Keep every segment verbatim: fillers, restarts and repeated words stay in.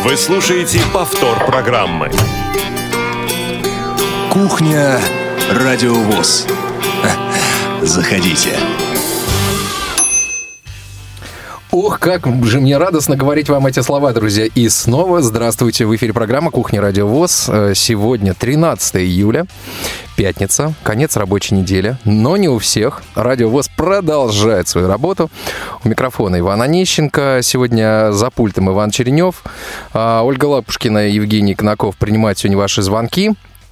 Вы слушаете повтор программы. Кухня Радио ВОС. Заходите. Ох, как же мне радостно говорить вам эти слова, друзья. И снова здравствуйте. В эфире программа «Кухня Радио ВОС». Сегодня тринадцатое июля, пятница, конец рабочей недели. Но не у всех. Радио ВОС продолжает свою работу. У микрофона Иван Онищенко. Сегодня за пультом Иван Черенев. Ольга Лапушкина и Евгений Конаков принимают сегодня ваши звонки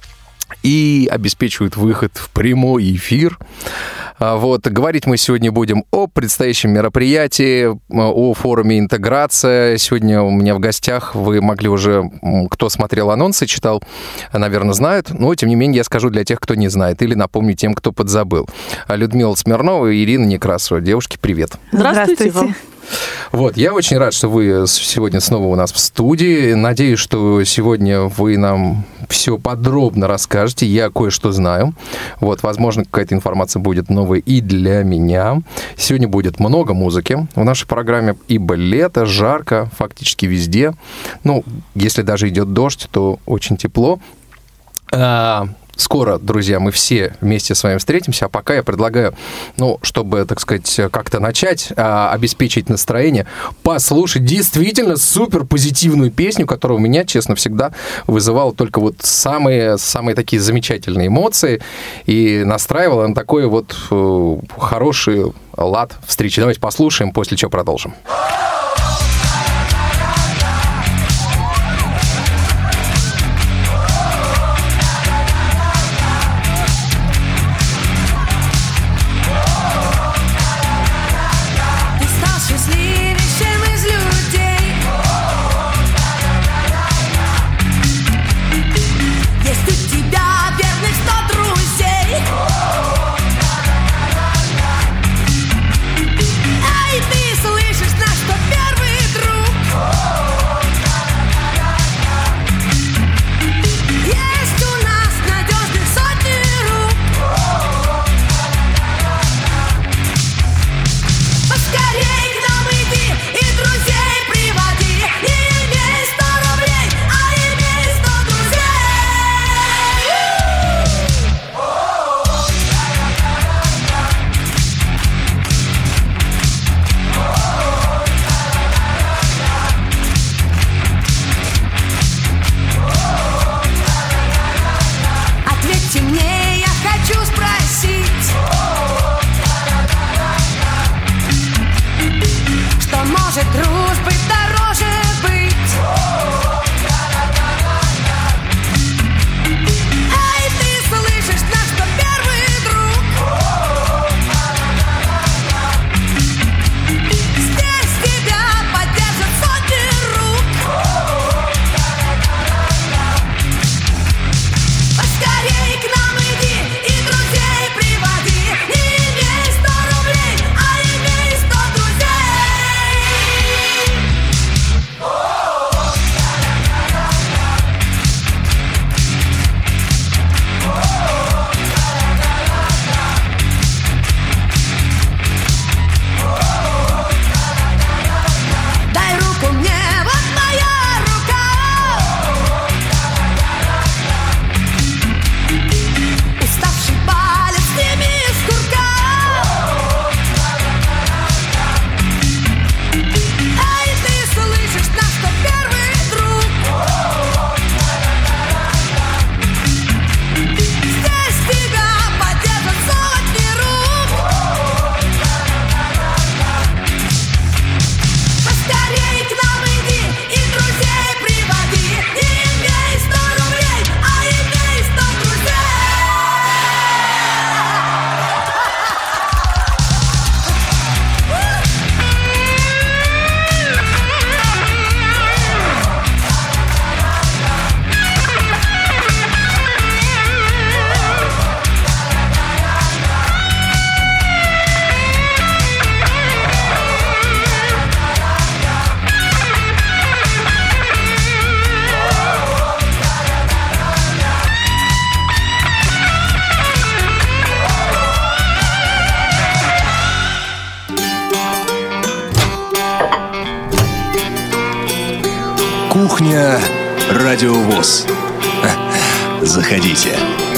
и обеспечивают выход в прямой эфир. Вот. Говорить мы сегодня будем о предстоящем мероприятии, о форуме «Интеграция». Сегодня у меня в гостях, вы могли уже, кто смотрел анонсы, читал, наверное, знают. Но, тем не менее, я скажу для тех, кто не знает, или напомню тем, кто подзабыл. Людмила Смирнова и Ирина Некрасова. Девушки, привет. Здравствуйте. Здравствуйте. Вот, я очень рад, что вы сегодня снова у нас в студии. Надеюсь, что сегодня вы нам все подробно расскажете. Я кое-что знаю. Вот, возможно, какая-то информация будет новая и для меня. Сегодня будет много музыки в нашей программе, ибо лето, жарко, фактически везде. Ну, если даже идет дождь, то очень тепло. Скоро, друзья, мы все вместе с вами встретимся, а пока я предлагаю, ну, чтобы, так сказать, как-то начать, а, обеспечить настроение, послушать действительно супер позитивную песню, которая у меня, честно, всегда вызывала только вот самые, самые такие замечательные эмоции и настраивала на такой вот э, хороший лад встречи. Давайте послушаем, после чего продолжим. Эй, ты слышишь, на что Кухня Радио ВОС. Заходите.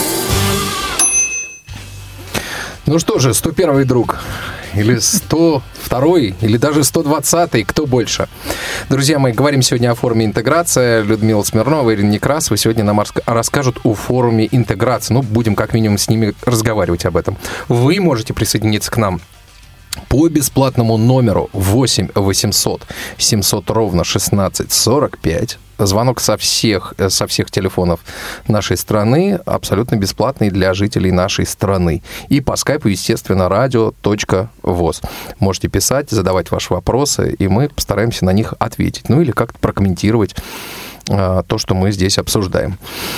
Ну что же, сто первый друг, или сто второй, или даже сто двадцатый, кто больше? Друзья мои, говорим сегодня о форуме «Интеграция». Людмила Смирнова и Ирина Некрасова сегодня нам расскажут о форуме «Интеграция». Ну, будем как минимум с ними разговаривать об этом. Вы можете присоединиться к нам по бесплатному номеру восемь восемьсот семьсот ровно шестнадцать сорок пять. Звонок со всех, со всех телефонов нашей страны, абсолютно бесплатный для жителей нашей страны. И по скайпу, естественно, радио точка воз. Можете писать, задавать ваши вопросы, и мы постараемся на них ответить. Ну или как-то прокомментировать а, то, что мы здесь обсуждаем.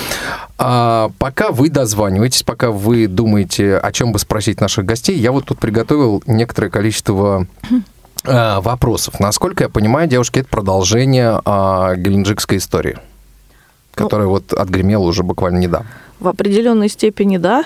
А пока вы дозваниваетесь, пока вы думаете, о чем бы спросить наших гостей, я вот тут приготовил некоторое количество вопросов. Насколько я понимаю, девушки, это продолжение а, геленджикской истории, которая ну, вот отгремела уже буквально недавно. В определенной степени да,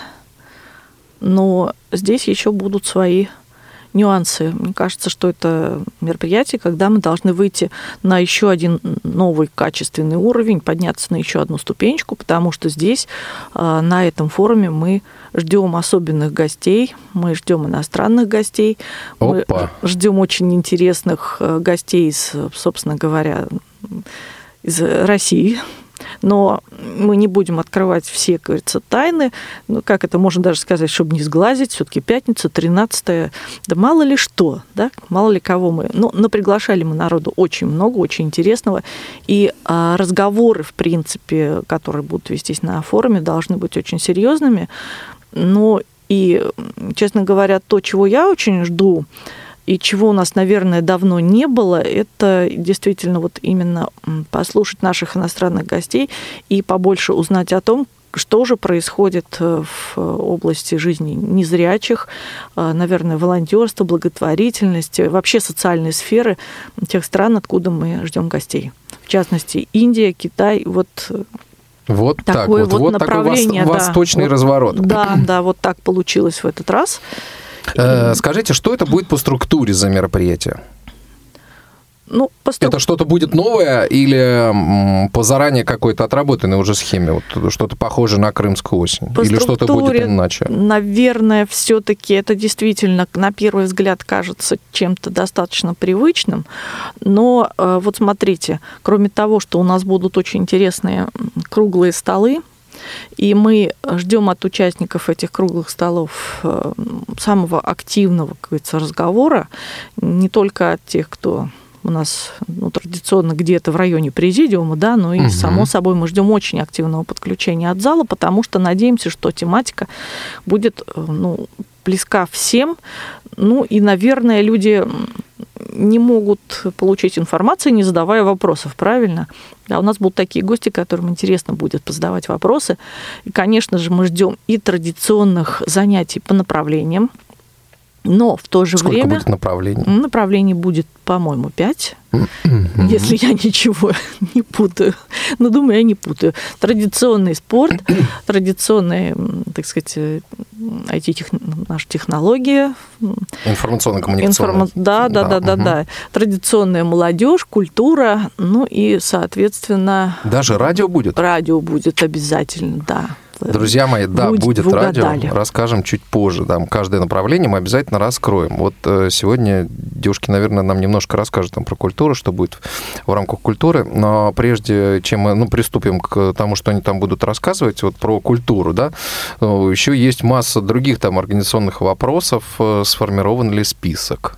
но здесь еще будут свои нюансы. Мне кажется, что это мероприятие, когда мы должны выйти на еще один новый качественный уровень, подняться на еще одну ступенечку, потому что здесь, на этом форуме, мы ждем особенных гостей, мы ждем иностранных гостей, Опа. мы ждем очень интересных гостей, из, собственно говоря, из России. Но мы не будем открывать все, как говорится, тайны. Ну, как это можно даже сказать, чтобы не сглазить. Все-таки пятница, тринадцатое. Да мало ли что, да? Мало ли кого мы. Ну, наприглашали мы народу очень много, очень интересного. И а, разговоры, в принципе, которые будут вестись на форуме, должны быть очень серьезными. Но и, честно говоря, то, чего я очень жду, и чего у нас, наверное, давно не было, это действительно вот именно послушать наших иностранных гостей и побольше узнать о том, что же происходит в области жизни незрячих, наверное, волонтерства, благотворительности, вообще социальной сферы тех стран, откуда мы ждем гостей. В частности, Индия, Китай, вот. Вот такое так вот, вот, вот направление, такой да. восточный вот, разворот. Да, да, вот так получилось в этот раз. Скажите, что это будет по структуре за мероприятие? Ну, по струк... Это что-то будет новое или по заранее какой-то отработанной уже схеме? Вот что-то похожее на Крымскую осень? По или что-то будет иначе? Наверное, все-таки это действительно, на первый взгляд, кажется чем-то достаточно привычным. Но вот смотрите, кроме того, что у нас будут очень интересные круглые столы, и мы ждем от участников этих круглых столов самого активного, как говорится, разговора, не только от тех, кто у нас ну, традиционно где-то в районе президиума, да, но и, угу. само собой, мы ждем очень активного подключения от зала, потому что надеемся, что тематика будет ну, близка всем. Ну и, наверное, люди не могут получить информацию, не задавая вопросов, правильно? Да, у нас будут такие гости, которым интересно будет позадавать вопросы. И, конечно же, мы ждем и традиционных занятий по направлениям, но в то же Сколько время... будет направлений? Направлений будет, по-моему, пять, mm-hmm. если я ничего не путаю. Но, думаю, я не путаю. Традиционный спорт, традиционные, так сказать, ай ти, наши технологии. Информационно-коммуникационные. Информа... Да, да, да, да, да, да. Традиционная молодежь, культура, ну и, соответственно... Даже радио будет? Радио будет обязательно, да. Друзья мои, да, Будь, будет радио. Расскажем чуть позже. Да, каждое направление мы обязательно раскроем. Вот сегодня девушки, наверное, нам немножко расскажут там про культуру, что будет в рамках культуры. Но прежде чем мы ну, приступим к тому, что они там будут рассказывать, вот про культуру, да, еще есть масса других там организационных вопросов. Сформирован ли список?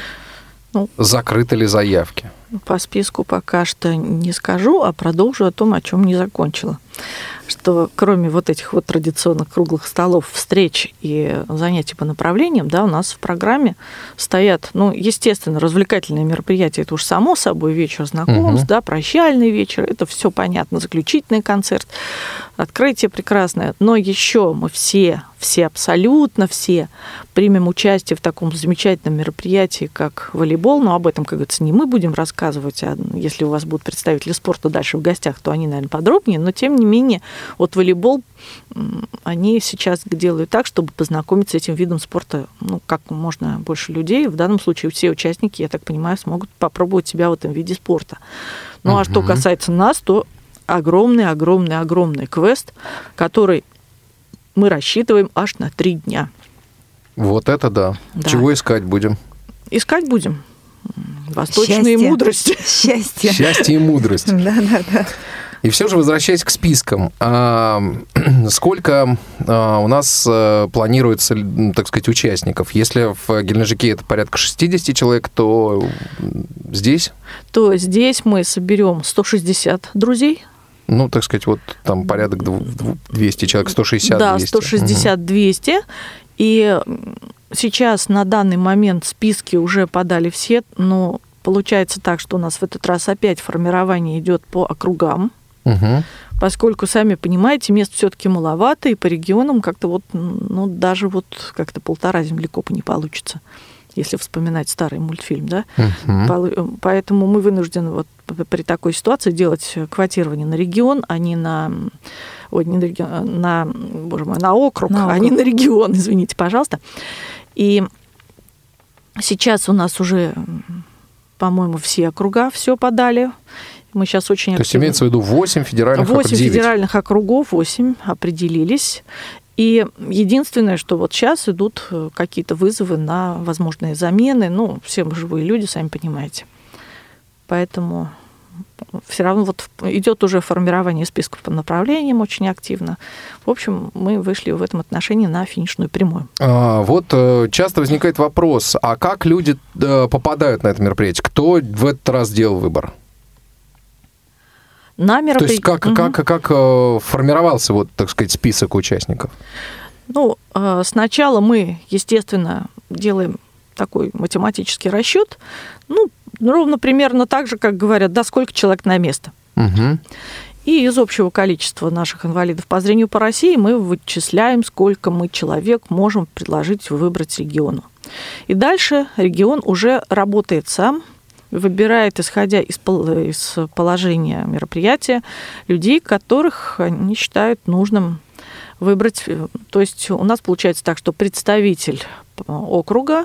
Ну, закрыты ли заявки? По списку пока что не скажу, а продолжу о том, о чем не закончила. Что кроме вот этих вот традиционных круглых столов, встреч и занятий по направлениям, да, у нас в программе стоят, ну, естественно, развлекательные мероприятия. Это уж само собой вечер знакомств, угу. да, прощальный вечер, это все понятно, заключительный концерт, открытие прекрасное. Но еще мы все, все, абсолютно все примем участие в таком замечательном мероприятии, как волейбол. Но об этом, как говорится, не мы будем рассказывать, а если у вас будут представители спорта дальше в гостях, то они, наверное, подробнее. Но, тем не менее, вот волейбол, они сейчас делают так, чтобы познакомиться с этим видом спорта, ну, как можно больше людей. В данном случае все участники, я так понимаю, смогут попробовать себя в этом виде спорта. Ну, uh-huh. а что касается нас, то огромный-огромный-огромный квест, который мы рассчитываем аж на три дня. Вот это да. да. Чего искать будем? Искать будем восточные Счастье. мудрости. Счастье. Счастье и мудрость. Да, да, да. И все же, возвращаясь к спискам, а, сколько а, у нас а, планируется, так сказать, участников? Если в Геленджике это порядка шестьдесят человек, то здесь? То здесь мы соберем сто шестьдесят друзей. Ну, так сказать, вот там порядок двести человек, сто шестьдесят двести. Да, сто шестьдесят двести. Угу. И сейчас на данный момент списки уже подали все, но получается так, что у нас в этот раз опять формирование идет по округам. Угу. Поскольку, сами понимаете, мест все-таки маловато, и по регионам как-то вот, ну, даже вот как-то полтора землекопа не получится, если вспоминать старый мультфильм, да. Угу. Поэтому мы вынуждены вот при такой ситуации делать квотирование на регион, а не на, ой, не на, регион, на, боже мой, на округ, на округ, а не на регион, извините, пожалуйста. И сейчас у нас уже, по-моему, все округа все подали. Мы сейчас очень То активно... есть имеется в виду восемь федеральных округов? восемь федеральных округов, восемь определились. И единственное, что вот сейчас идут какие-то вызовы на возможные замены. Ну, все мы живые люди, сами понимаете. Поэтому все равно вот идет уже формирование списков по направлениям очень активно. В общем, мы вышли в этом отношении на финишную прямую. А, вот часто возникает вопрос, а как люди попадают на это мероприятие? Кто в этот раз делал выбор? На меропри... То есть как, угу. как, как формировался, вот, так сказать, список участников? Ну, сначала мы, естественно, делаем такой математический расчет, ну, ровно примерно так же, как говорят, да, сколько человек на место. Угу. И из общего количества наших инвалидов по зрению по России мы вычисляем, сколько мы человек можем предложить выбрать региону. И дальше регион уже работает сам, выбирает, исходя из положения мероприятия, людей, которых они считают нужным выбрать. То есть у нас получается так, что представитель округа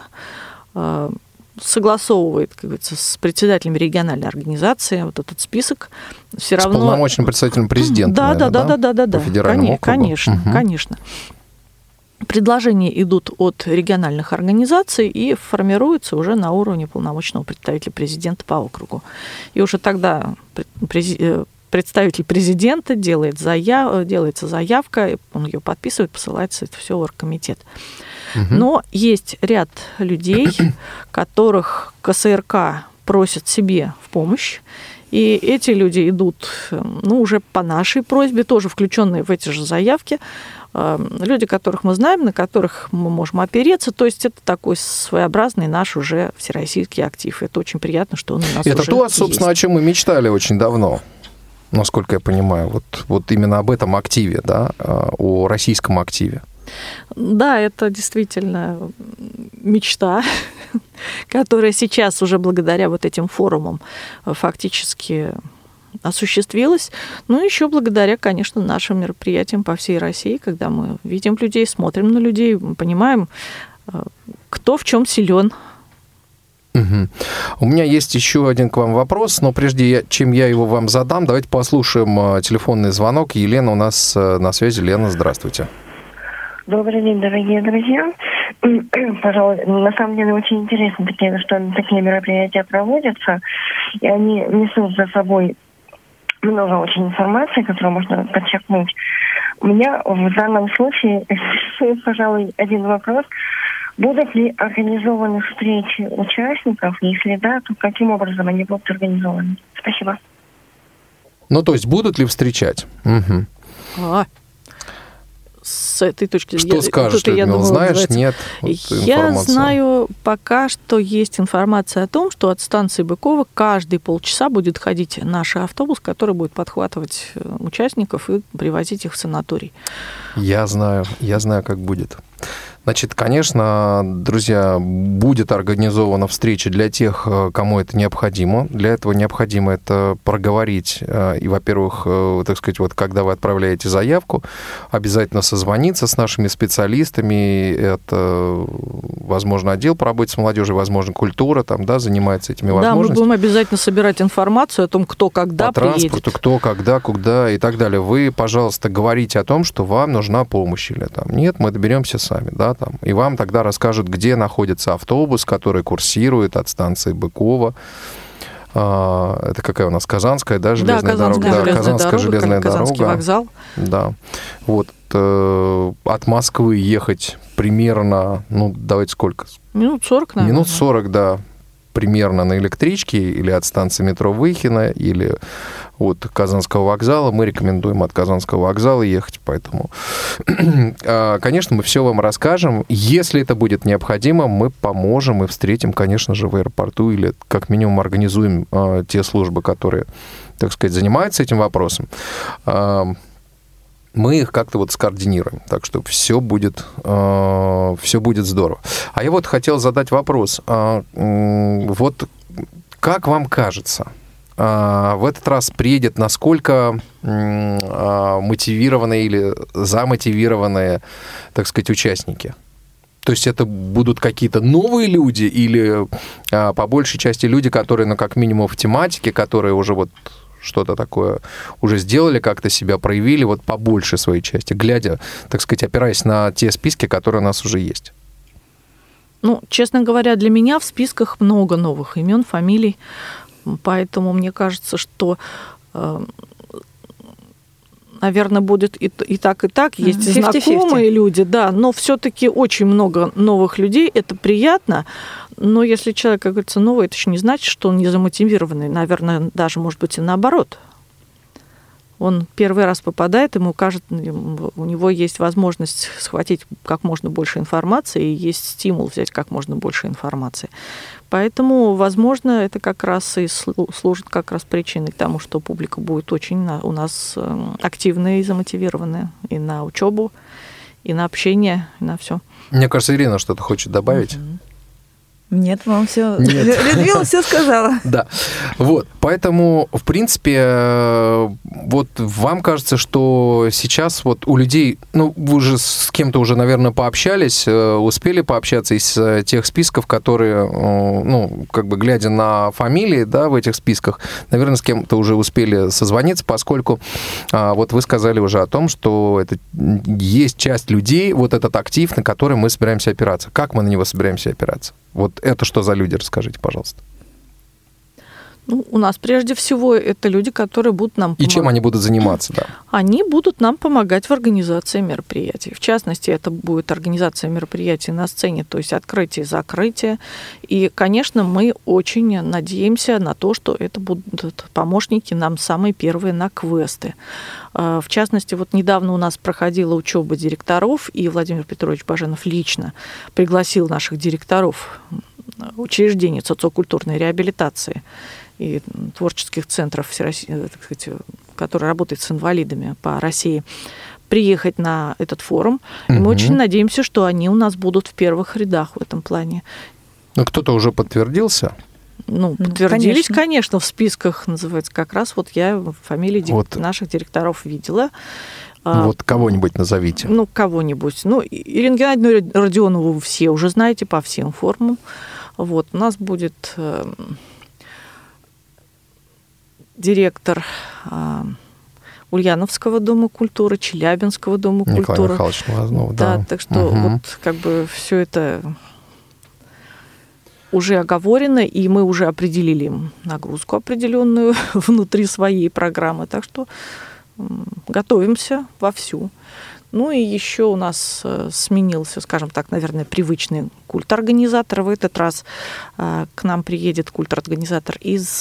согласовывает, как говорится, с председателем региональной организации вот этот список. Все равно... С полномочным представителем президента, да, наверное, да, да, да, да, да, по федеральному округу? Конечно, угу. конечно. Предложения идут от региональных организаций и формируются уже на уровне полномочного представителя президента по округу. И уже тогда представитель президента делает заяв... делается заявка, он ее подписывает, посылается это все в оргкомитет. Угу. Но есть ряд людей, которых КСРК просит себе в помощь. И эти люди идут, ну, уже по нашей просьбе, тоже включенные в эти же заявки. Люди, которых мы знаем, на которых мы можем опереться. То есть это такой своеобразный наш уже всероссийский актив. Это очень приятно, что он у нас это уже то, есть. собственно, о чем мы мечтали очень давно, насколько я понимаю. Вот, вот именно об этом активе, да, о российском активе. Да, это действительно мечта, которая сейчас уже благодаря вот этим форумам фактически осуществилась. Ну, еще благодаря, конечно, нашим мероприятиям по всей России, когда мы видим людей, смотрим на людей, мы понимаем, кто в чем силен. Угу. У меня есть еще один к вам вопрос, но прежде чем я его вам задам, давайте послушаем телефонный звонок. Елена у нас на связи. Лена, здравствуйте. Добрый день, дорогие друзья. Пожалуй, на самом деле очень интересно, такие, что такие мероприятия проводятся, и они несут за собой много очень информации, которую можно подчеркнуть. У меня в данном случае, пожалуй, один вопрос. Будут ли организованы встречи участников? Если да, то каким образом они будут организованы? Спасибо. Ну, то есть будут ли встречать? Угу. А, с этой точки зрения. Что скажешь, Людмила, думаю, знаешь, нет? Вот я знаю пока, что есть информация о том, что от станции Быково каждые полчаса будет ходить наш автобус, который будет подхватывать участников и привозить их в санаторий. Я знаю, я знаю, как будет. Значит, конечно, друзья, будет организована встреча для тех, кому это необходимо. Для этого необходимо это проговорить. И, во-первых, так сказать, вот когда вы отправляете заявку, обязательно созвониться с нашими специалистами. Это, возможно, отдел по работе с молодежью, возможно, культура там, да, занимается этими возможностями. Да, мы будем обязательно собирать информацию о том, кто когда по приедет. Транспорту, кто, когда, куда и так далее. Вы, пожалуйста, говорите о том, что вам нужна помощь или там нет, мы доберемся сами, да, там. И вам тогда расскажут, где находится автобус, который курсирует от станции Быково. Это какая у нас? Казанская, да, железная да, дорога? Да, Казанская дорога, железная Казанский дорога. Вокзал. Да. Вот. От Москвы ехать примерно, ну, давайте сколько? Минут сорок, наверное. Минут сорок, да. Примерно на электричке или от станции метро Выхино, или от Казанского вокзала. Мы рекомендуем от Казанского вокзала ехать, поэтому, конечно, мы все вам расскажем. Если это будет необходимо, мы поможем и встретим, конечно же, в аэропорту или как минимум организуем те службы, которые, так сказать, занимаются этим вопросом. Мы их как-то вот скоординируем, так что все будет, э, все будет здорово. А я вот хотел задать вопрос. Э, э, вот как вам кажется, э, в этот раз приедет насколько э, мотивированные или замотивированные, так сказать, участники? То есть это будут какие-то новые люди или э, по большей части люди, которые, ну, как минимум в тематике, которые уже вот что-то такое уже сделали, как-то себя проявили, вот по большей своей части, глядя, так сказать, опираясь на те списки, которые у нас уже есть? Ну, честно говоря, для меня в списках много новых имен, фамилий, поэтому мне кажется, что, наверное, будет и, и так, и так. Есть фифти-фифти. Знакомые люди, да, но все-таки очень много новых людей, это приятно. Но если человек, как говорится, новый, это еще не значит, что он не замотивированный. Наверное, даже, может быть, и наоборот. Он первый раз попадает, ему кажется, у него есть возможность схватить как можно больше информации, и есть стимул взять как можно больше информации. Поэтому, возможно, это как раз и служит как раз причиной к тому, что публика будет очень у нас активная и замотивированная и на учебу, и на общение, и на все. Мне кажется, Ирина что-то хочет добавить. Mm-hmm. Нет, вам все. Людмила все сказала. Да. Вот. Поэтому, в принципе, вот вам кажется, что сейчас вот у людей, ну, вы уже с кем-то уже, наверное, пообщались, успели пообщаться из тех списков, которые, ну, как бы глядя на фамилии, да, в этих списках, наверное, с кем-то уже успели созвониться, поскольку вот вы сказали уже о том, что это есть часть людей, вот этот актив, на который мы собираемся опираться. Как мы на него собираемся опираться? Вот это что за люди, расскажите, пожалуйста. Ну, у нас прежде всего это люди, которые будут нам помогать. И чем они будут заниматься, да? Они будут нам помогать в организации мероприятий. В частности, это будет организация мероприятий на сцене, то есть открытие, закрытие. И, конечно, мы очень надеемся на то, что это будут помощники нам самые первые на квесты. В частности, вот недавно у нас проходила учеба директоров, и Владимир Петрович Баженов лично пригласил наших директоров учреждений социокультурной реабилитации и творческих центров, так сказать, которые работают с инвалидами по России, приехать на этот форум. И мы угу. очень надеемся, что они у нас будут в первых рядах в этом плане. Ну, кто-то уже подтвердился? Ну, подтвердились, ну, конечно. конечно, в списках называется как раз. Вот я фамилии вот. наших директоров видела. Вот кого-нибудь назовите. Ну, кого-нибудь. Ну, Ирину Геннадьевну Родионову вы все уже знаете по всем форумам. Вот, у нас будет э, директор э, Ульяновского дома культуры, Челябинского дома Николай культуры. Николай Михайлович Лознов, да. Да, так что угу. вот как бы все это уже оговорено, и мы уже определили им нагрузку определенную внутри своей программы. Так что готовимся вовсю. Ну и еще у нас сменился, скажем так, наверное, привычный культ-организатор. В этот раз к нам приедет культ-организатор из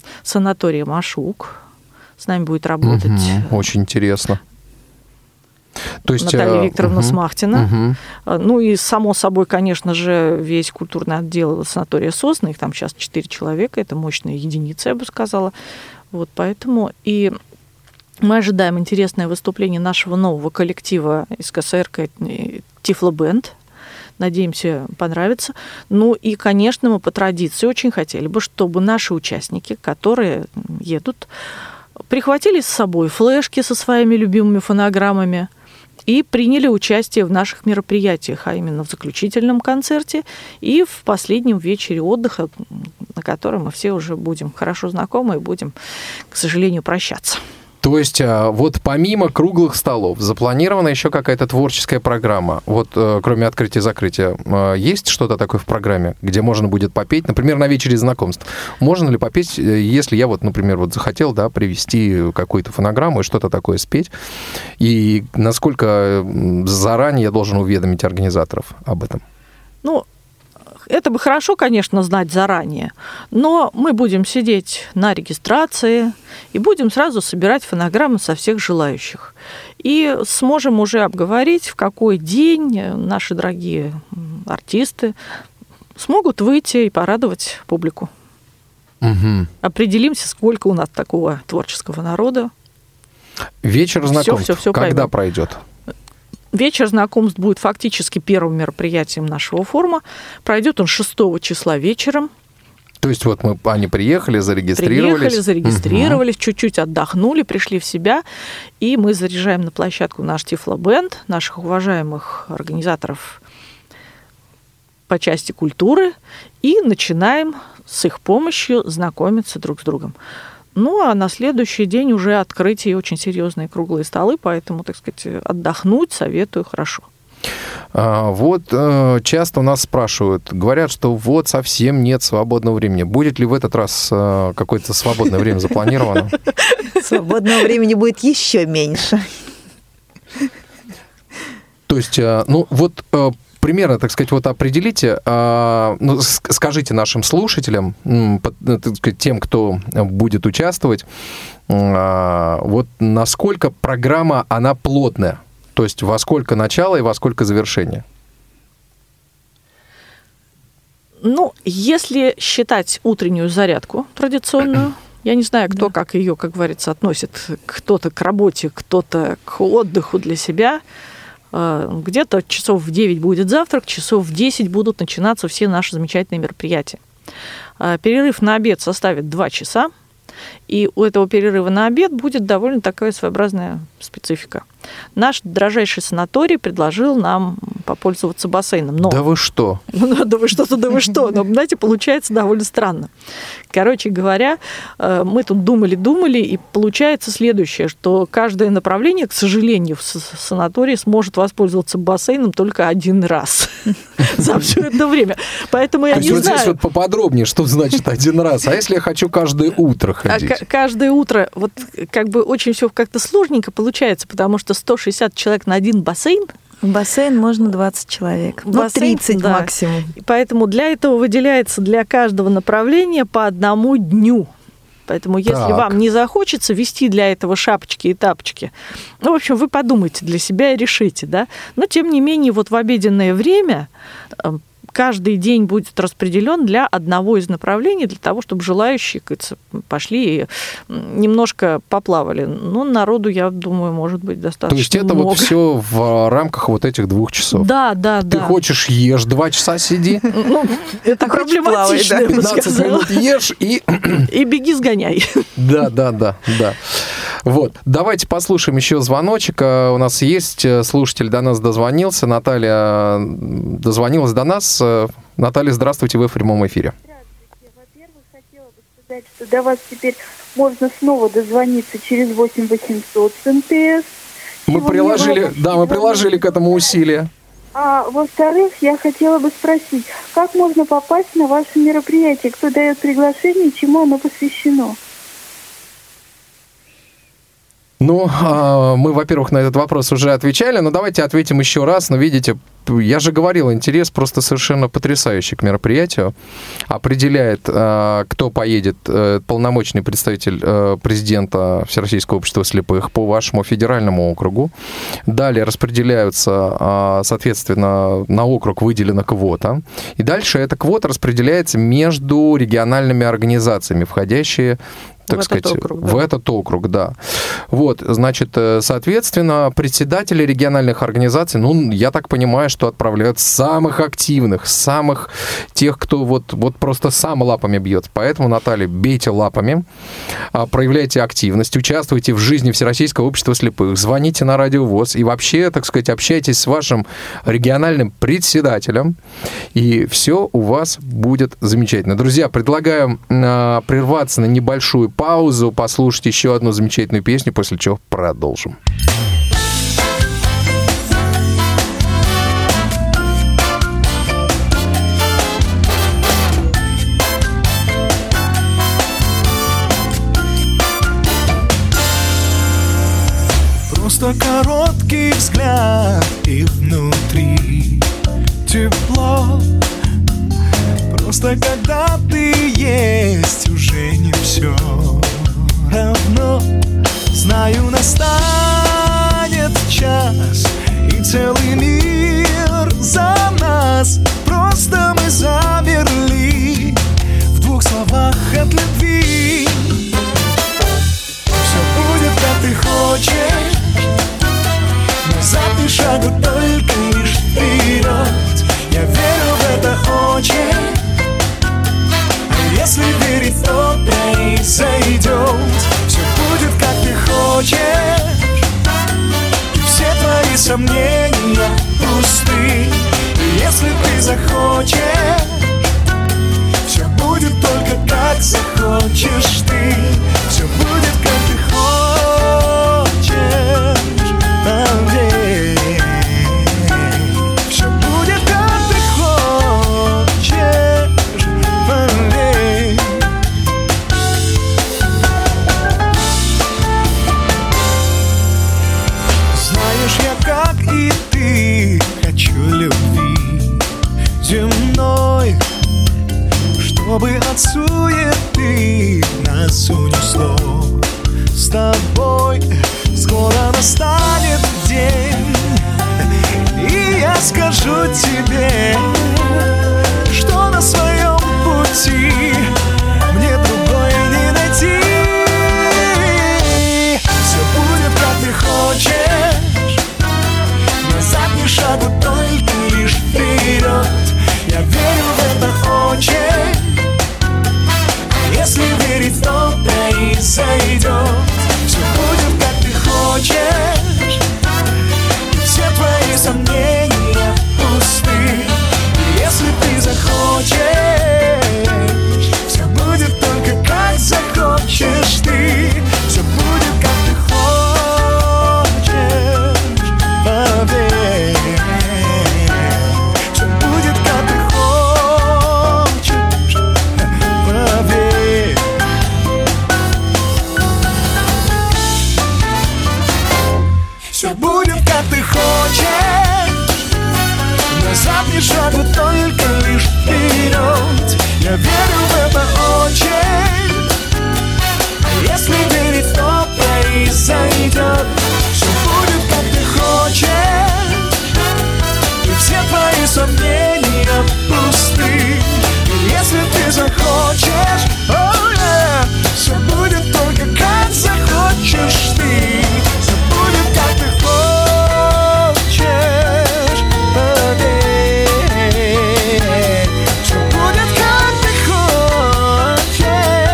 санатория Машук. С нами будет работать. Угу, очень интересно. То есть, Наталья Викторовна угу, Смахтина. Угу. Ну и, само собой, конечно же, весь культурный отдел санатория «Сосны», их там сейчас четыре человека, это мощная единица, я бы сказала. Вот поэтому и мы ожидаем интересное выступление нашего нового коллектива из ка эс эр ка «Тифло-бенд». Надеемся, понравится. Ну и, конечно, мы по традиции очень хотели бы, чтобы наши участники, которые едут, прихватили с собой флешки со своими любимыми фонограммами и приняли участие в наших мероприятиях, а именно в заключительном концерте и в последнем вечере отдыха, на котором мы все уже будем хорошо знакомы и будем, к сожалению, прощаться. То есть вот помимо круглых столов запланирована еще какая-то творческая программа. Вот кроме открытия и закрытия, есть что-то такое в программе, где можно будет попеть, например, на вечере знакомств? Можно ли попеть, если я вот, например, вот захотел, да, привезти какую-то фонограмму и что-то такое спеть? И насколько заранее я должен уведомить организаторов об этом? Ну, это бы хорошо, конечно, знать заранее, но мы будем сидеть на регистрации и будем сразу собирать фонограммы со всех желающих. И сможем уже обговорить, в какой день наши дорогие артисты смогут выйти и порадовать публику. Угу. Определимся, сколько у нас такого творческого народа. Вечер знакомств всё, всё, всё когда поймем. пройдет? Вечер знакомств будет фактически первым мероприятием нашего форума. Пройдет он шестого числа вечером. То есть вот мы, они приехали, зарегистрировались. Приехали, зарегистрировались, угу. чуть-чуть отдохнули, пришли в себя. И мы заряжаем на площадку наш Тифло-бенд, наших уважаемых организаторов по части культуры. И начинаем с их помощью знакомиться друг с другом. Ну, а на следующий день уже открытие и очень серьезные круглые столы, поэтому, так сказать, отдохнуть советую хорошо. А, вот э, часто у нас спрашивают, говорят, что вот совсем нет свободного времени. Будет ли в этот раз э, какое-то свободное время запланировано? Свободного времени будет еще меньше. То есть, э, ну, вот... Э, примерно, так сказать, вот определите, ну, скажите нашим слушателям, так сказать, тем, кто будет участвовать, вот насколько программа, она плотная, то есть во сколько начало и во сколько завершение? Ну, если считать утреннюю зарядку традиционную, я не знаю, кто как ее, как говорится, относит, кто-то к работе, кто-то к отдыху для себя. Где-то часов в девять будет завтрак, часов в десять будут начинаться все наши замечательные мероприятия. Перерыв на обед составит два часа, и у этого перерыва на обед будет довольно такая своеобразная специфика. Наш дрожайший санаторий предложил нам попользоваться бассейном. Но... Да вы что? Ну, да вы что-то, да вы что? Но, знаете, получается довольно странно. Короче говоря, мы тут думали-думали, и получается следующее, что каждое направление, к сожалению, в санатории сможет воспользоваться бассейном только один раз за все это время. Поэтому я не знаю... Здесь вот поподробнее, что значит один раз. А если я хочу каждое утро ходить? Каждое утро, вот как бы очень все как-то сложненько получается, потому что сто шестьдесят человек на один бассейн. В бассейн можно двадцать человек, ну, бассейн, тридцать да. максимум. И поэтому для этого выделяется для каждого направления по одному дню. Поэтому если так. вам не захочется вести для этого шапочки и тапочки, ну, в общем, вы подумайте для себя и решите, да. Но, тем не менее, вот в обеденное время каждый день будет распределен для одного из направлений, для того, чтобы желающие, кажется, пошли и немножко поплавали. Ну, народу, я думаю, может быть достаточно То есть это много. вот все в рамках вот этих двух часов? Да, да, Ты да. Ты хочешь ешь, два часа сиди? Ну, это проблематично, я бы сказала. пятнадцать минут ешь и... И беги, сгоняй. Да, да, да, да. Вот, давайте послушаем еще звоночек. У нас есть слушатель, до нас дозвонился. Наталья дозвонилась до нас. Наталья, здравствуйте, вы в прямом эфире. Здравствуйте. Во-первых, хотела бы сказать, что до вас теперь можно снова дозвониться через восемь восемьсот с эм тэ эс. Мы приложили, да, мы приложили к этому усилия. А во-вторых, я хотела бы спросить, как можно попасть на ваше мероприятие? Кто дает приглашение, чему оно посвящено? Ну, мы, во-первых, на этот вопрос уже отвечали, но давайте ответим еще раз. Но видите, я же говорил, интерес просто совершенно потрясающий к мероприятию. Определяет, кто поедет, полномочный представитель президента Всероссийского общества слепых по вашему федеральному округу. Далее распределяются, соответственно, на округ выделена квота. И дальше эта квота распределяется между региональными организациями, входящие так в сказать, этот округ, да. в этот округ, да. Вот, значит, соответственно, председатели региональных организаций, ну, я так понимаю, что отправляют самых активных, самых тех, кто вот, вот просто сам лапами бьет. Поэтому, Наталья, бейте лапами, проявляйте активность, участвуйте в жизни Всероссийского общества слепых, звоните на Радио ВОС и вообще, так сказать, общайтесь с вашим региональным председателем, и все у вас будет замечательно. Друзья, предлагаю прерваться на небольшую паузу, послушать еще одну замечательную песню, после чего продолжим. Просто короткий взгляд, и внутри тепло. Просто когда ты есть, уже не все равно. Знаю, настанет час, и целый мир за нас. Просто мы замерли в двух словах от любви. Все будет, как ты хочешь, назад ни шагу, только лишь вперед. Я верю в это очень. Если верить, то произойдет. Все будет, как ты хочешь, и все твои сомнения пусты. И если ты захочешь, все будет только как захочешь ты. Все будет, как ты хочешь, поверь. Все будет, как ты хочешь, поверь. Знаешь, я, как и ты, хочу любви земной, чтобы от суеты нас унесло. С тобой скоро настанет день, и я скажу тебе, что на своем пути мне другой не найти. Все будет, как ты хочешь, назад ни шагу, только лишь вперед. Я верю в это очень. Если верить, то произойдет. Все будет, как ты хочешь, и все твои сомнения пусты. И если ты захочешь, все будет только как захочешь ты. Все будет, как ты хочешь, поверь. Все будет, как ты хочешь, поверь. Все будет, как ты хочешь, назад ни шагу, только лишь вперед. Я верю в это очень. Если верить, то произойдет. Все будет, как ты хочешь, и все твои сомнения пусты. И если ты захочешь, oh yeah, все будет только как захочешь ты. Все будет, как ты хочешь, поверь. Все будет, как ты хочешь,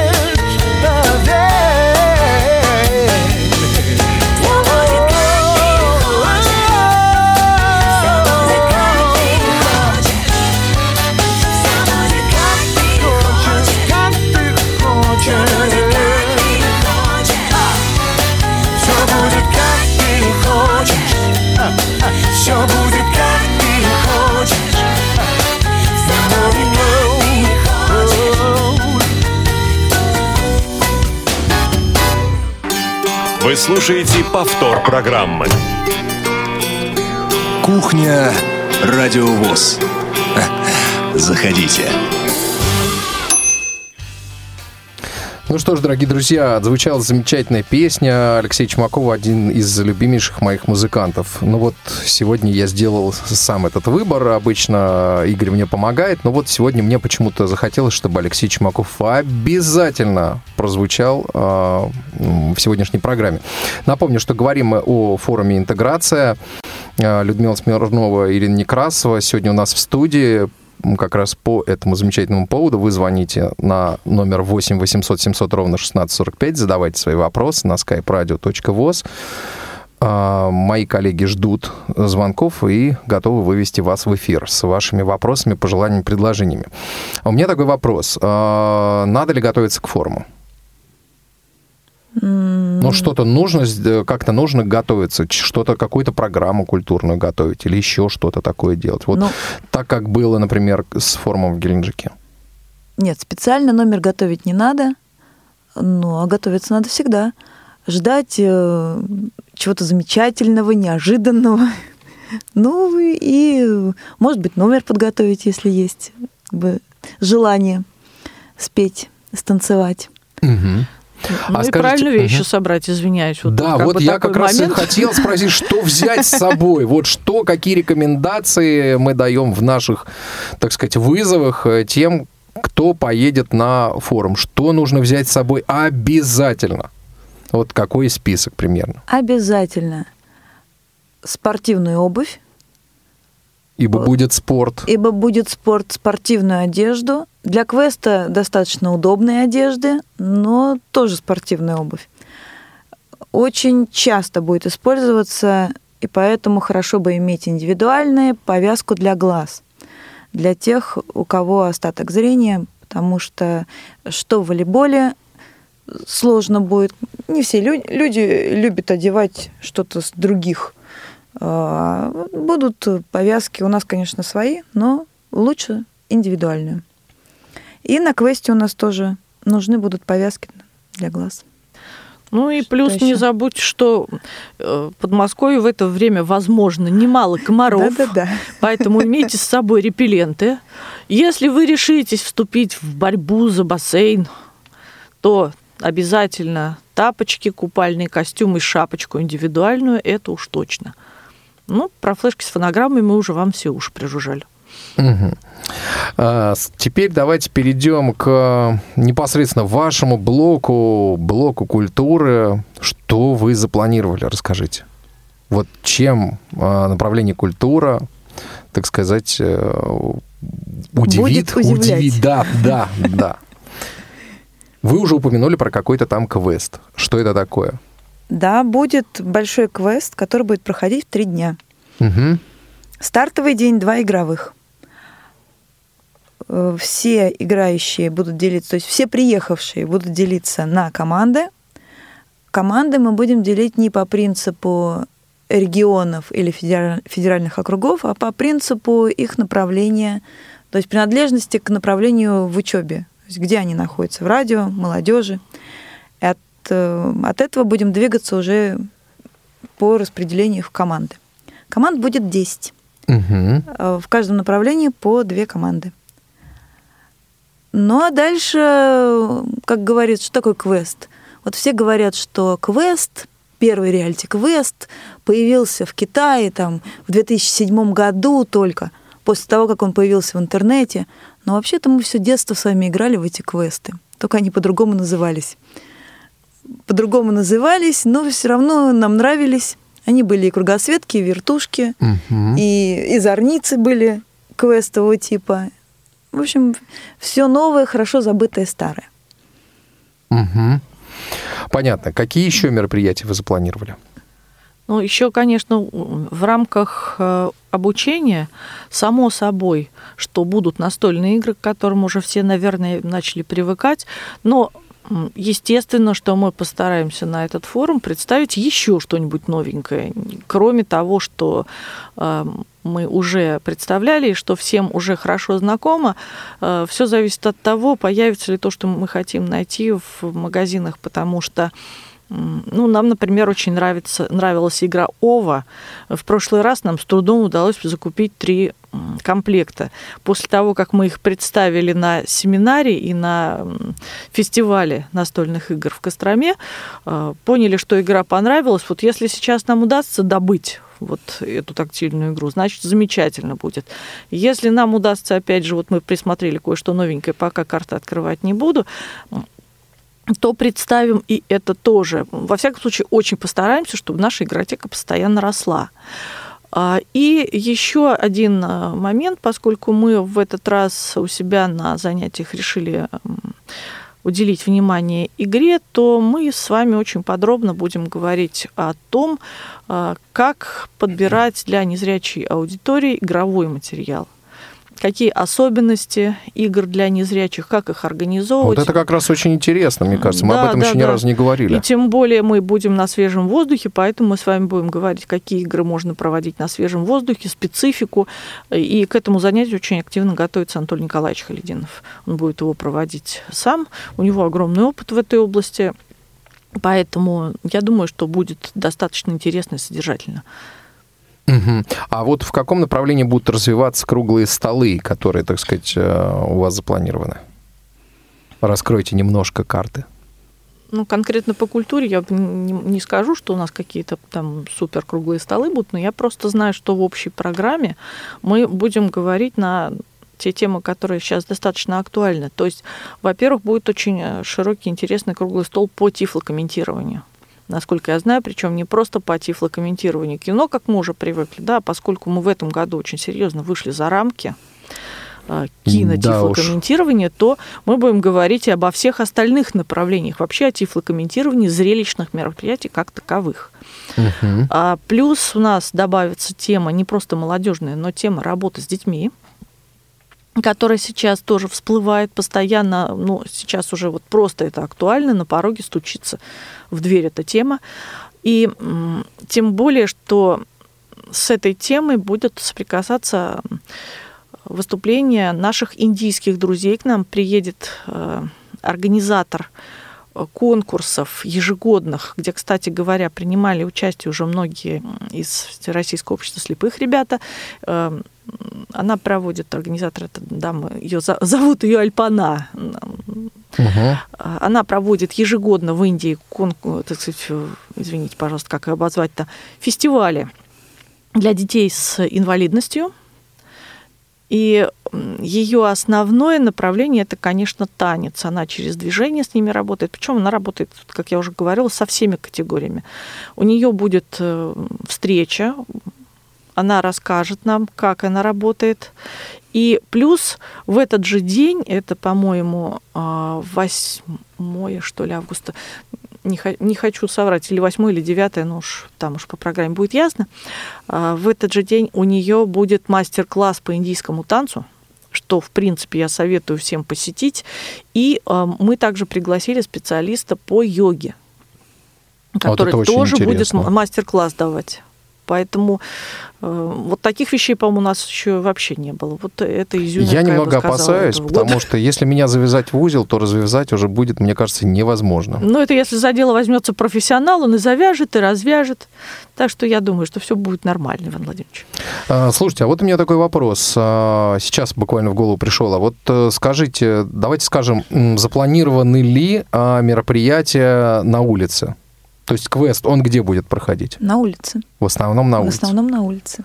Вы слушаете повтор программы. Кухня Радио ВОС. Заходите. Ну что ж, дорогие друзья, отзвучала замечательная песня Алексея Чумакова, один из любимейших моих музыкантов. Ну вот сегодня я сделал сам этот выбор, обычно Игорь мне помогает, но вот сегодня мне почему-то захотелось, чтобы Алексей Чумаков обязательно прозвучал э, в сегодняшней программе. Напомню, что говорим мы о форуме «Интеграция». Людмила Смирнова и Ирина Некрасова сегодня у нас в студии. Как раз по этому замечательному поводу вы звоните на номер восемь восемьсот семьсот ровно шестнадцать сорок пять, задавайте свои вопросы на skype radio точка voz. Мои коллеги ждут звонков и готовы вывести вас в эфир с вашими вопросами, пожеланиями, предложениями. У меня такой вопрос. Надо ли готовиться к форуму? Ну, что-то нужно, как-то нужно готовиться, что-то, какую-то программу культурную готовить или еще что-то такое делать. Вот ну, так, как было, например, с форумом в Геленджике. Нет, специально номер готовить не надо, ну, а готовиться надо всегда. Ждать э, чего-то замечательного, неожиданного. Ну, и, может быть, номер подготовить, если есть желание спеть, станцевать. Угу. Ну а и скажите, правильную вещь угу. собрать, извиняюсь. Вот да, как вот бы я как момент. раз и хотел спросить, что взять с собой, вот что, какие рекомендации мы даем в наших, так сказать, вызовах тем, кто поедет на форум, что нужно взять с собой обязательно? Вот какой список примерно? Обязательно спортивную обувь. Ибо будет спорт. Ибо будет спорт, спортивную одежду. Для квеста достаточно удобной одежды, но тоже спортивная обувь. Очень часто будет использоваться, и поэтому хорошо бы иметь индивидуальную повязку для глаз. Для тех, у кого остаток зрения, потому что что в волейболе сложно будет. Не все люди, люди любят одевать что-то с других. Будут повязки у нас, конечно, свои, но лучше индивидуальную. И на квесте у нас тоже нужны будут повязки для глаз. Ну и что плюс еще? Не забудь, что в Подмосковье в это время, возможно, немало комаров, Да-да-да. поэтому имейте с собой репелленты. Если вы решитесь вступить в борьбу за бассейн, то обязательно тапочки, купальный костюм и шапочку индивидуальную, это уж точно. Ну, про флешки с фонограммой мы уже вам все уши прижужжали. Угу. А, теперь давайте перейдем к непосредственно вашему блоку, блоку культуры. Что вы запланировали? Расскажите. Вот чем а, направление культура, так сказать, удивит, удивит. Да, да, да. Вы уже упомянули про какой-то там квест. Что это такое? Да, будет большой квест, который будет проходить в три дня. Угу. Стартовый день, два игровых. Все играющие будут делиться, то есть все приехавшие будут делиться на команды. Команды мы будем делить не по принципу регионов или федеральных округов, а по принципу их направления, то есть принадлежности к направлению в учебе, то есть где они находятся, в радио, молодежи. От, от этого будем двигаться уже по распределению в команды. Команд будет десять. Угу. В каждом направлении по две команды. Ну а дальше, как говорится, что такое квест? Вот все говорят, что квест, первый реалити-квест появился в Китае там, в две тысячи седьмом году только, после того, как он появился в интернете. Но вообще-то мы все детство с вами играли в эти квесты, только они по-другому назывались. По-другому назывались, но все равно нам нравились. Они были и кругосветки, и вертушки, угу. и, и зорницы были квестового типа. В общем, все новое, хорошо забытое старое. Угу. Понятно. Какие еще мероприятия вы запланировали? Ну, еще, конечно, в рамках обучения, само собой, что будут настольные игры, к которым уже все, наверное, начали привыкать, но естественно, что мы постараемся на этот форум представить еще что-нибудь новенькое, кроме того, что э, мы уже представляли, и что всем уже хорошо знакомо. Э, все зависит от того, появится ли то, что мы хотим найти в магазинах, потому что Ну, нам, например, очень нравится, нравилась игра «Ова». В прошлый раз нам с трудом удалось закупить три комплекта. После того, как мы их представили на семинаре и на фестивале настольных игр в Костроме, поняли, что игра понравилась. Вот если сейчас нам удастся добыть вот эту тактильную игру, значит, замечательно будет. Если нам удастся, опять же, вот мы присмотрели кое-что новенькое, пока карты открывать не буду, то представим и это тоже. Во всяком случае, очень постараемся, чтобы наша игротека постоянно росла. И еще один момент, поскольку мы в этот раз у себя на занятиях решили уделить внимание игре, то мы с вами очень подробно будем говорить о том, как подбирать для незрячей аудитории игровой материал. Какие особенности игр для незрячих, как их организовывать. Вот это как раз очень интересно, мне кажется. Мы да, об этом да, еще да. ни разу не говорили. И тем более мы будем на свежем воздухе, поэтому мы с вами будем говорить, какие игры можно проводить на свежем воздухе, специфику. И к этому занятию очень активно готовится Анатолий Николаевич Халидинов. Он будет его проводить сам. У него огромный опыт в этой области. Поэтому я думаю, что будет достаточно интересно и содержательно. Угу. А вот в каком направлении будут развиваться круглые столы, которые, так сказать, у вас запланированы? Раскройте немножко карты. Ну, конкретно по культуре я не, не скажу, что у нас какие-то там супер круглые столы будут, но я просто знаю, что в общей программе мы будем говорить на те темы, которые сейчас достаточно актуальны. То есть, во-первых, будет очень широкий, интересный круглый стол по тифлокомментированию. Насколько я знаю, причем не просто по тифлокомментированию кино, как мы уже привыкли, да, поскольку мы в этом году очень серьезно вышли за рамки кинотифлокомментирования, да, то мы будем говорить и обо всех остальных направлениях, вообще о тифлокомментировании зрелищных мероприятий как таковых. Угу. А плюс у нас добавится тема не просто молодежная, но тема работы с детьми, которая сейчас тоже всплывает постоянно, ну, сейчас уже вот просто это актуально, на пороге стучится в дверь эта тема. И тем более, что с этой темой будет соприкасаться выступление наших индийских друзей. К нам приедет организатор конкурсов ежегодных, где, кстати говоря, принимали участие уже многие из Российского общества слепых ребята. Она проводит, организатор, эта дама, ее зовут ее Альпана. Угу. Она проводит ежегодно в Индии, так сказать, извините, пожалуйста, как ее обозвать-то, фестивали для детей с инвалидностью. И ее основное направление – это, конечно, танец. Она через движение с ними работает. Причем она работает, как я уже говорила, со всеми категориями. У нее будет встреча, она расскажет нам, как она работает. И плюс в этот же день, это, по-моему, восьмое, что ли, августа, не, не хочу соврать, или восьмое, или девятое, ну уж там уж по программе будет ясно, в этот же день у нее будет мастер-класс по индийскому танцу, что, в принципе, я советую всем посетить. И мы также пригласили специалиста по йоге, который вот тоже будет мастер-класс давать. Поэтому э, вот таких вещей, по-моему, у нас еще вообще не было. Вот это изюминка, я немного я бы сказала, опасаюсь, потому года. Что если меня завязать в узел, то развязать уже будет, мне кажется, невозможно. Ну, это если за дело возьмется профессионал, он и завяжет, и развяжет. Так что я думаю, что все будет нормально, Иван Владимирович. А, слушайте, а вот у меня такой вопрос. Сейчас буквально в голову пришел. А вот скажите, давайте скажем, запланированы ли мероприятия на улице? То есть квест, он где будет проходить? На улице. В основном на улице? В основном на улице.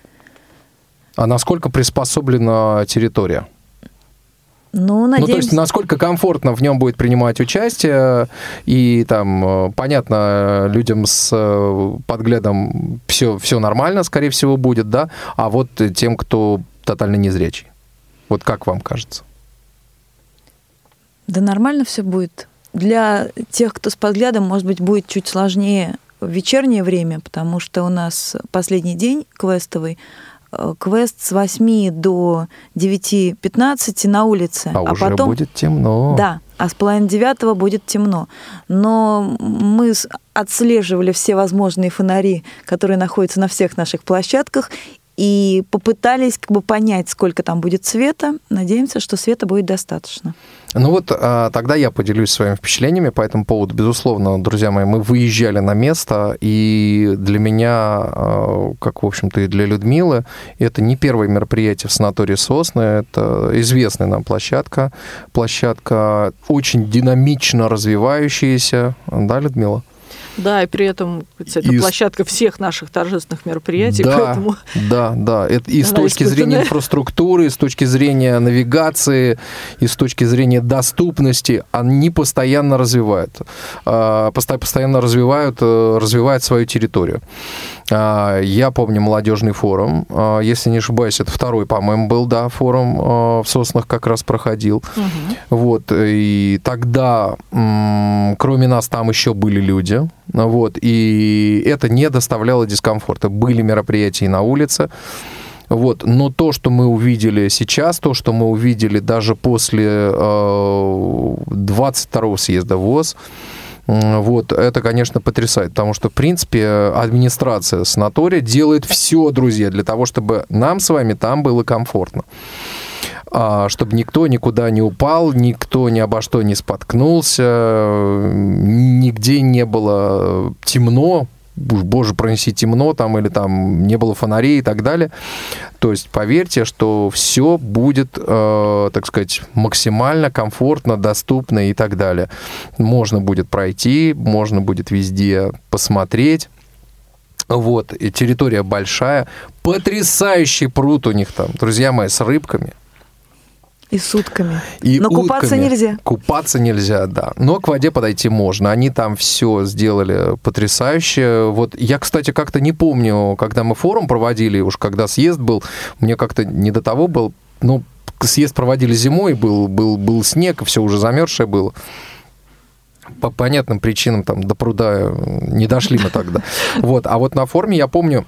А насколько приспособлена территория? Ну, надеемся... Ну, то есть насколько комфортно в нем будет принимать участие, и там, понятно, людям с подглядом все, все нормально, скорее всего, будет, да? А вот тем, кто тотально незрячий. Вот как вам кажется? Да нормально все будет. Для тех, кто с подглядом, может быть, будет чуть сложнее в вечернее время, потому что у нас последний день квестовый. Квест с восьми до девяти пятнадцати на улице. А, а уже потом будет темно. Да, а с половины девятого будет темно. Но мы отслеживали все возможные фонари, которые находятся на всех наших площадках, и попытались как бы понять, сколько там будет света. Надеемся, что света будет достаточно. Ну вот а, тогда я поделюсь своими впечатлениями по этому поводу. Безусловно, друзья мои, мы выезжали на место, и для меня, а, как, в общем-то, и для Людмилы, это не первое мероприятие в санатории «Сосны», это известная нам площадка, площадка очень динамично развивающаяся, да, Людмила? Да, и при этом это и... площадка всех наших торжественных мероприятий, да, поэтому... Да, да, это и с точки испытанная. зрения инфраструктуры, и с точки зрения навигации, и с точки зрения доступности, они постоянно развивают, постоянно развивают, развивают свою территорию. Я помню молодежный форум, если не ошибаюсь, это второй, по-моему, был, да, форум в Соснах как раз проходил. Угу. Вот, и тогда, кроме нас, там еще были люди, вот, и это не доставляло дискомфорта. Были мероприятия и на улице, вот, но то, что мы увидели сейчас, то, что мы увидели даже после двадцать второго съезда ВОС, вот, это, конечно, потрясает, потому что, в принципе, администрация санатория делает все, друзья, для того, чтобы нам с вами там было комфортно. Чтобы никто никуда не упал, никто ни обо что не споткнулся, нигде не было темно, боже, пронеси темно там, или там не было фонарей и так далее. То есть поверьте, что все будет, э, так сказать, максимально комфортно, доступно и так далее. Можно будет пройти, можно будет везде посмотреть. Вот, и территория большая, потрясающий пруд у них там, друзья мои, с рыбками. И с утками. И Но утками. Купаться нельзя. Купаться нельзя, да. Но к воде подойти можно. Они там все сделали потрясающе. Вот я, кстати, как-то не помню, когда мы форум проводили, уж когда съезд был, мне как-то не до того был. Ну, съезд проводили зимой, был, был, был снег, и все уже замерзшее было. По понятным причинам там до пруда не дошли мы тогда. Вот. А вот на форуме, я помню,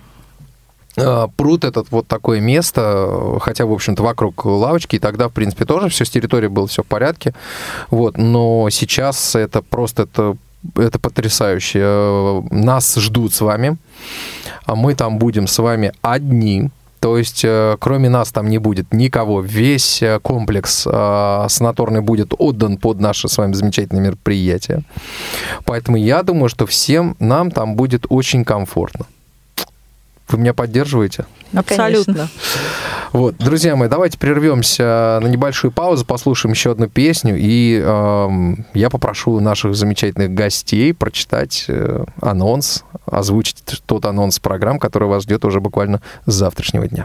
пруд этот, вот такое место, хотя, в общем-то, вокруг лавочки, и тогда, в принципе, тоже все с территорией было все в порядке, вот, но сейчас это просто, это, это потрясающе. Нас ждут с вами, а мы там будем с вами одни, то есть кроме нас там не будет никого, весь комплекс санаторный будет отдан под наше с вами замечательное мероприятие, поэтому я думаю, что всем нам там будет очень комфортно. Вы меня поддерживаете? Абсолютно. Конечно. Вот, друзья мои, давайте прервемся на небольшую паузу, послушаем еще одну песню, и э, я попрошу наших замечательных гостей прочитать э, анонс, озвучить тот анонс программ, который вас ждет уже буквально с завтрашнего дня.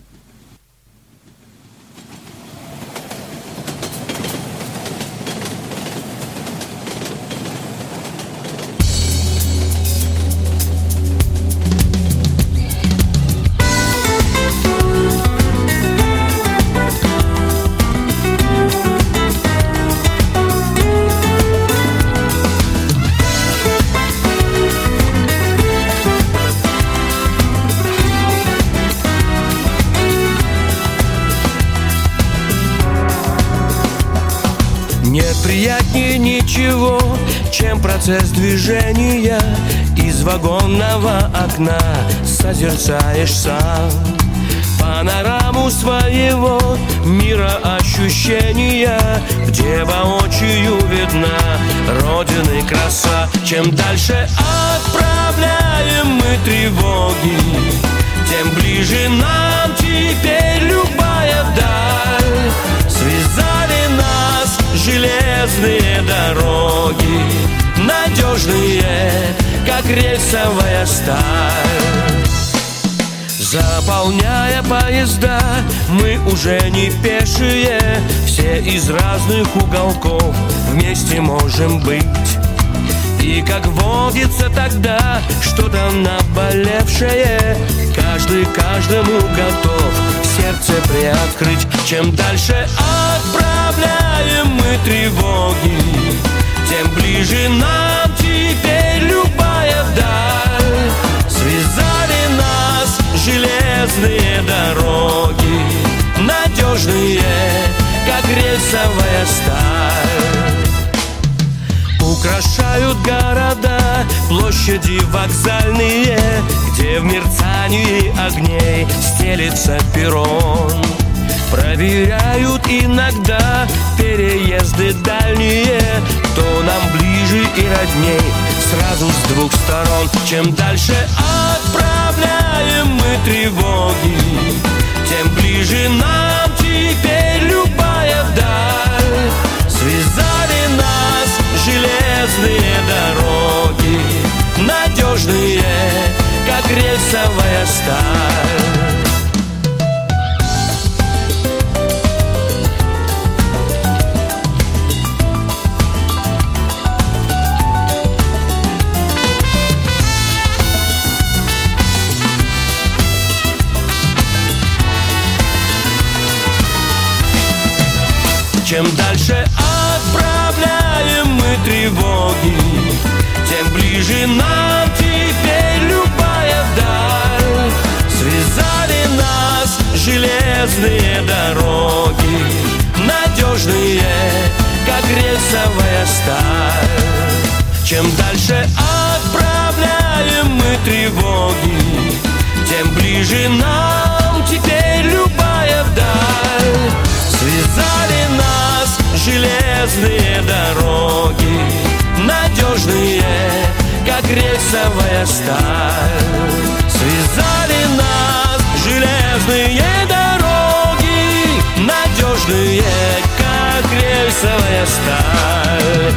Приятнее ничего, чем процесс движения. Из вагонного окна созерцаешь сам панораму своего мира ощущения, где воочию видна родины краса. Чем дальше отправляем мы тревоги, тем ближе нам теперь любая даль. Связали нас железные дороги, надежные, как рельсовая сталь. Заполняя поезда, мы уже не пешие, все из разных уголков вместе можем быть. И как водится тогда что-то наболевшее, каждый каждому готов сердце приоткрыть. Чем дальше отправляем мы тревоги, тем ближе нам теперь любая даль. Связали нас железные дороги, надежные, как рельсовая сталь. Украшают города площади площади вокзальные, где в мерцании огней стелится перрон. Проверяют иногда переезды дальние, кто нам ближе и родней, сразу с двух сторон. Чем дальше отправляем мы тревоги, тем ближе нам теперь любая даль. Связали нас железные дороги, надежные, как рельсовая сталь. Чем дальше отправляем мы тревоги, тем ближе нам теперь любая даль. Связали нас железные дороги, надежные, как рельсовая сталь. Чем дальше отправляем мы тревоги, тем ближе нам теперь любая даль. Связали нас железные дороги, надежные, как рельсовая сталь. Связали нас железные дороги, надежные, как рельсовая сталь.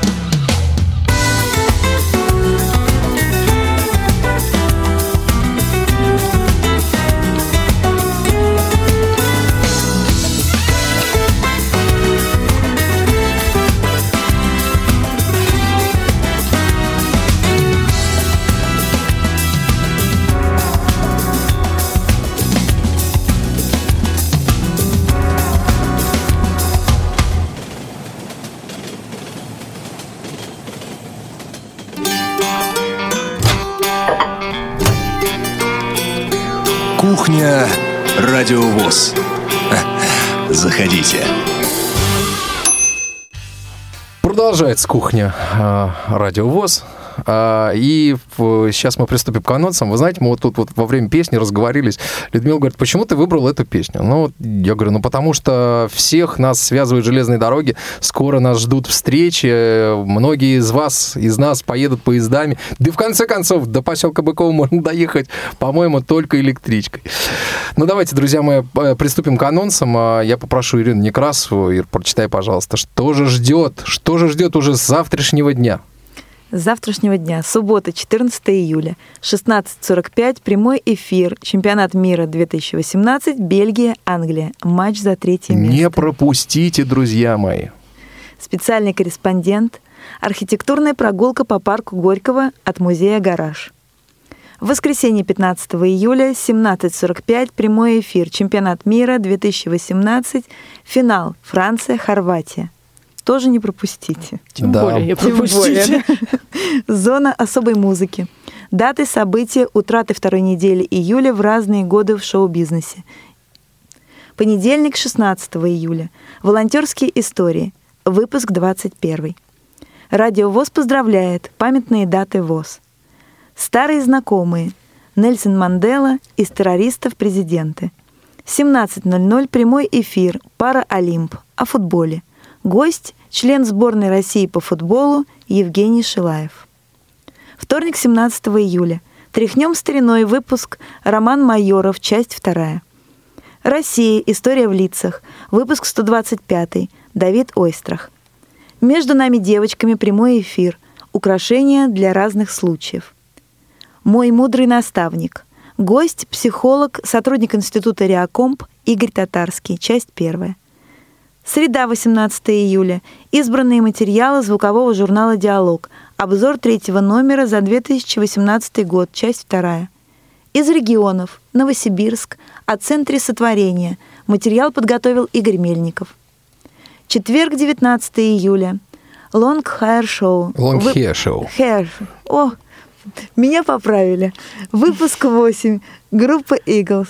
Кухня Радио ВОС. Заходите. Продолжается кухня э, Радио ВОС. Э, и в, сейчас мы приступим к анонсам. Вы знаете, мы вот тут вот во время песни разговорились. Людмила говорит, почему ты выбрал эту песню? Ну, вот я говорю, ну, потому что всех нас связывают железные дороги. Скоро нас ждут встречи. Многие из вас, из нас поедут поездами. Да и в конце концов, до поселка Быкова можно доехать, по-моему, только электричкой. Ну, давайте, друзья мои, приступим к анонсам. Я попрошу Ирину Некрасову. Ир, прочитай, пожалуйста, что же ждет? Что же ждет уже с завтрашнего дня? С завтрашнего дня, суббота, четырнадцатого июля, шестнадцать сорок пять, прямой эфир, чемпионат мира две тысячи восемнадцать, Бельгия, Англия, матч за третье место. Не пропустите, друзья мои. Специальный корреспондент, архитектурная прогулка по парку Горького от музея «Гараж». В воскресенье, пятнадцатого июля, семнадцать сорок пять, прямой эфир, чемпионат мира две тысячи восемнадцать, финал, Франция, Хорватия. Тоже не пропустите. Тем да. более не пропустите. Зона особой музыки. Даты события утраты второй недели июля в разные годы в шоу-бизнесе. Понедельник, шестнадцатого июля. Волонтерские истории. Выпуск двадцать первый. Радио ВОС поздравляет. Памятные даты ВОС. Старые знакомые. Нельсон Мандела из террористов президенты. семнадцать ноль ноль. Прямой эфир. Параолимп. О футболе. Гость – член сборной России по футболу Евгений Шилаев. Вторник, семнадцатого июля. Тряхнем стариной. Выпуск «Роман Майоров», часть вторая. Россия. История в лицах. Выпуск сто двадцать пятый. Давид Ойстрах. Между нами девочками. Прямой эфир. Украшения для разных случаев. Мой мудрый наставник. Гость – психолог, сотрудник Института Реакомп Игорь Татарский, часть первая. Среда, восемнадцатого июля. Избранные материалы звукового журнала «Диалог». Обзор третьего номера за две тысячи восемнадцатый год, часть вторая. Из регионов. Новосибирск. О центре сотворения. Материал подготовил Игорь Мельников. Четверг, девятнадцатого июля. Long Hair Show. Long Вы... Hair Show. Hair. О, меня поправили. Выпуск восемь. Группа Eagles.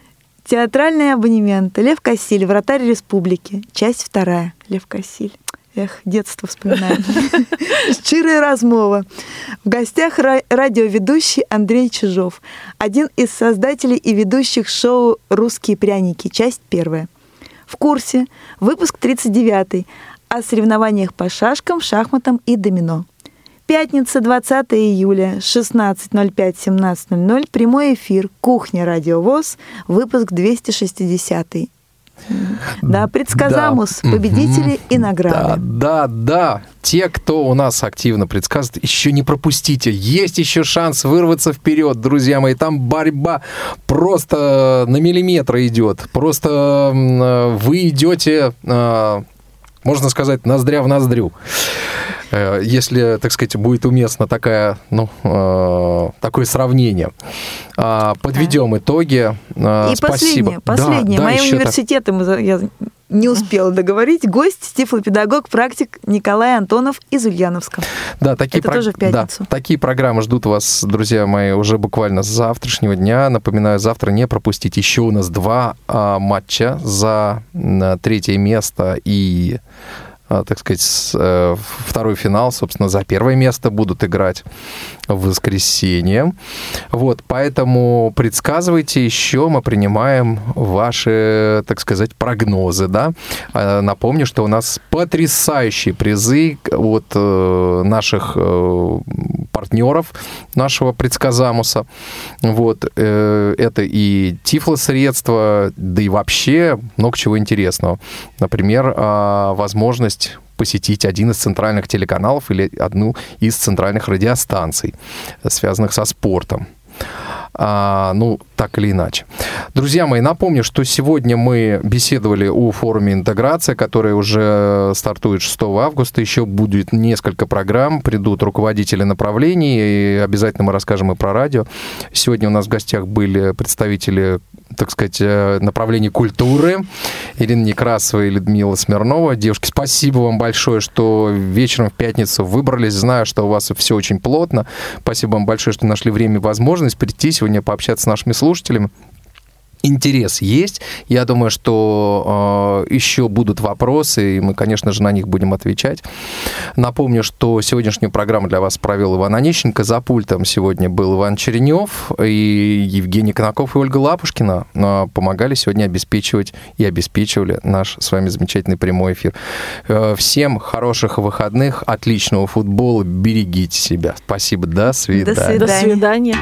Театральный абонемент. Лев Кассиль, вратарь республики. Часть вторая. Лев Кассиль. Эх, детство вспоминаю. «Щирая размова». В гостях радиоведущий Андрей Чижов, один из создателей и ведущих шоу «Русские пряники», часть первая. В курсе, выпуск тридцать девятый, о соревнованиях по шашкам, шахматам и домино. Пятница, двадцатого июля, шестнадцать ноль пять — семнадцать ноль ноль, прямой эфир, кухня Радио ВОС, выпуск двести шестидесятый. Да, предсказамус, да. Победители и награды. Да, да, да. Те, кто у нас активно предсказывает, еще не пропустите. Есть еще шанс вырваться вперед, друзья мои. Там борьба просто на миллиметр идет. Просто вы идете, можно сказать, ноздря в ноздрю. Если, так сказать, будет уместно такая, ну, э, такое сравнение. А, подведем да. итоги. А, и спасибо. последнее, последнее. Да, Моим да, университетом так... я не успела договорить. Гость, тифлопедагог, практик Николай Антонов из Ульяновска. Да, такие Это про... тоже в пятницу. Да, такие программы ждут вас, друзья мои, уже буквально с завтрашнего дня. Напоминаю, завтра не пропустить. Еще у нас два а, матча за а, третье место и... так сказать, второй финал, собственно, за первое место будут играть в воскресенье. Вот, поэтому предсказывайте еще, мы принимаем ваши, так сказать, прогнозы, да. Напомню, что у нас потрясающие призы от наших партнеров нашего предсказамуса. Вот, это и тифлосредства, да и вообще много чего интересного. Например, возможность посетить один из центральных телеканалов или одну из центральных радиостанций, связанных со спортом. А, ну, так или иначе. Друзья мои, напомню, что сегодня мы беседовали о форуме «Интеграция», который уже стартует шестого августа. Еще будет несколько программ, придут руководители направлений, и обязательно мы расскажем и про радио. Сегодня у нас в гостях были представители, так сказать, направлений культуры. Ирина Некрасова и Людмила Смирнова. Девушки, спасибо вам большое, что вечером в пятницу выбрались. Знаю, что у вас все очень плотно. Спасибо вам большое, что нашли время и возможность прийти сегодня пообщаться с нашими слушателями. Интерес есть. Я думаю, что э, еще будут вопросы, и мы, конечно же, на них будем отвечать. Напомню, что сегодняшнюю программу для вас провел Иван Онищенко. За пультом сегодня был Иван Черенев, и Евгений Конаков и Ольга Лапушкина э, помогали сегодня обеспечивать и обеспечивали наш с вами замечательный прямой эфир. Э, всем хороших выходных, отличного футбола, берегите себя. Спасибо, до свидания. До свидания. До свидания.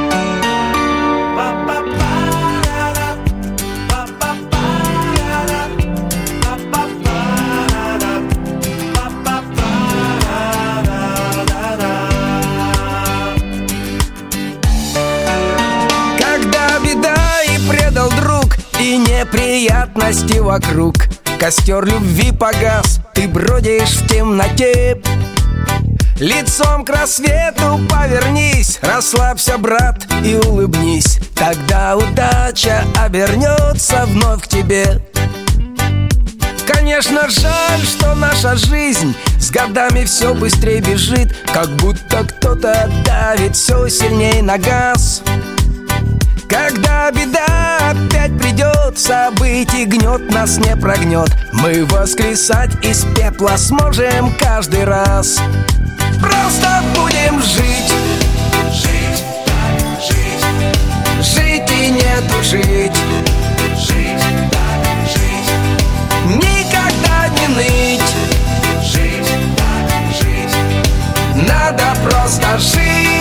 Неприятности вокруг, костер любви погас, ты бродишь в темноте. Лицом к рассвету повернись, расслабься, брат, и улыбнись. Тогда удача обернется вновь к тебе. Конечно, жаль, что наша жизнь с годами все быстрее бежит, как будто кто-то давит все сильнее на газ. Когда беда опять придет, событий гнет нас не прогнет. Мы воскресать из пепла сможем каждый раз. Просто будем жить, жить, так жить, жить и не тужить, жить, так жить, никогда не ныть, жить, так жить, надо просто жить.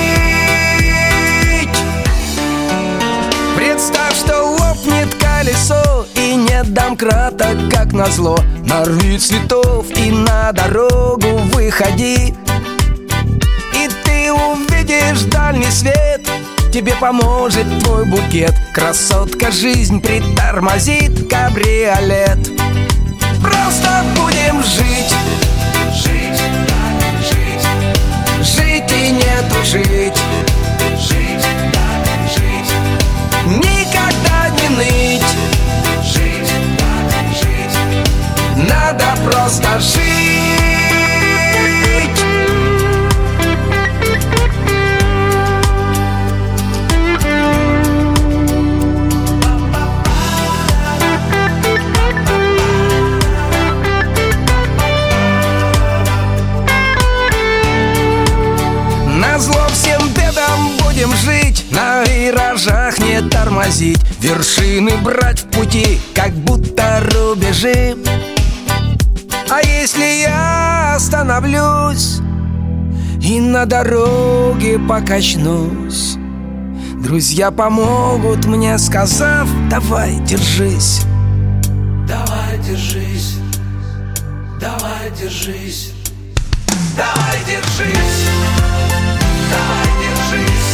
Представь, что лопнет колесо и нет домкрата, как назло. Нарви цветов и на дорогу выходи, и ты увидишь дальний свет. Тебе поможет твой букет. Красотка жизнь притормозит кабриолет. Просто будем жить, жить, так жить, жить и не тужить, жить, так жить, никогда не ныть, жить, так жить, надо просто жить. будем жить, на виражах не тормозить, вершины брать в пути, как будто рубежи. А если я остановлюсь и на дороге покачнусь, друзья помогут мне, сказав: давай, держись. Давай, держись. Давай, держись. Давай, держись. Давай, держись.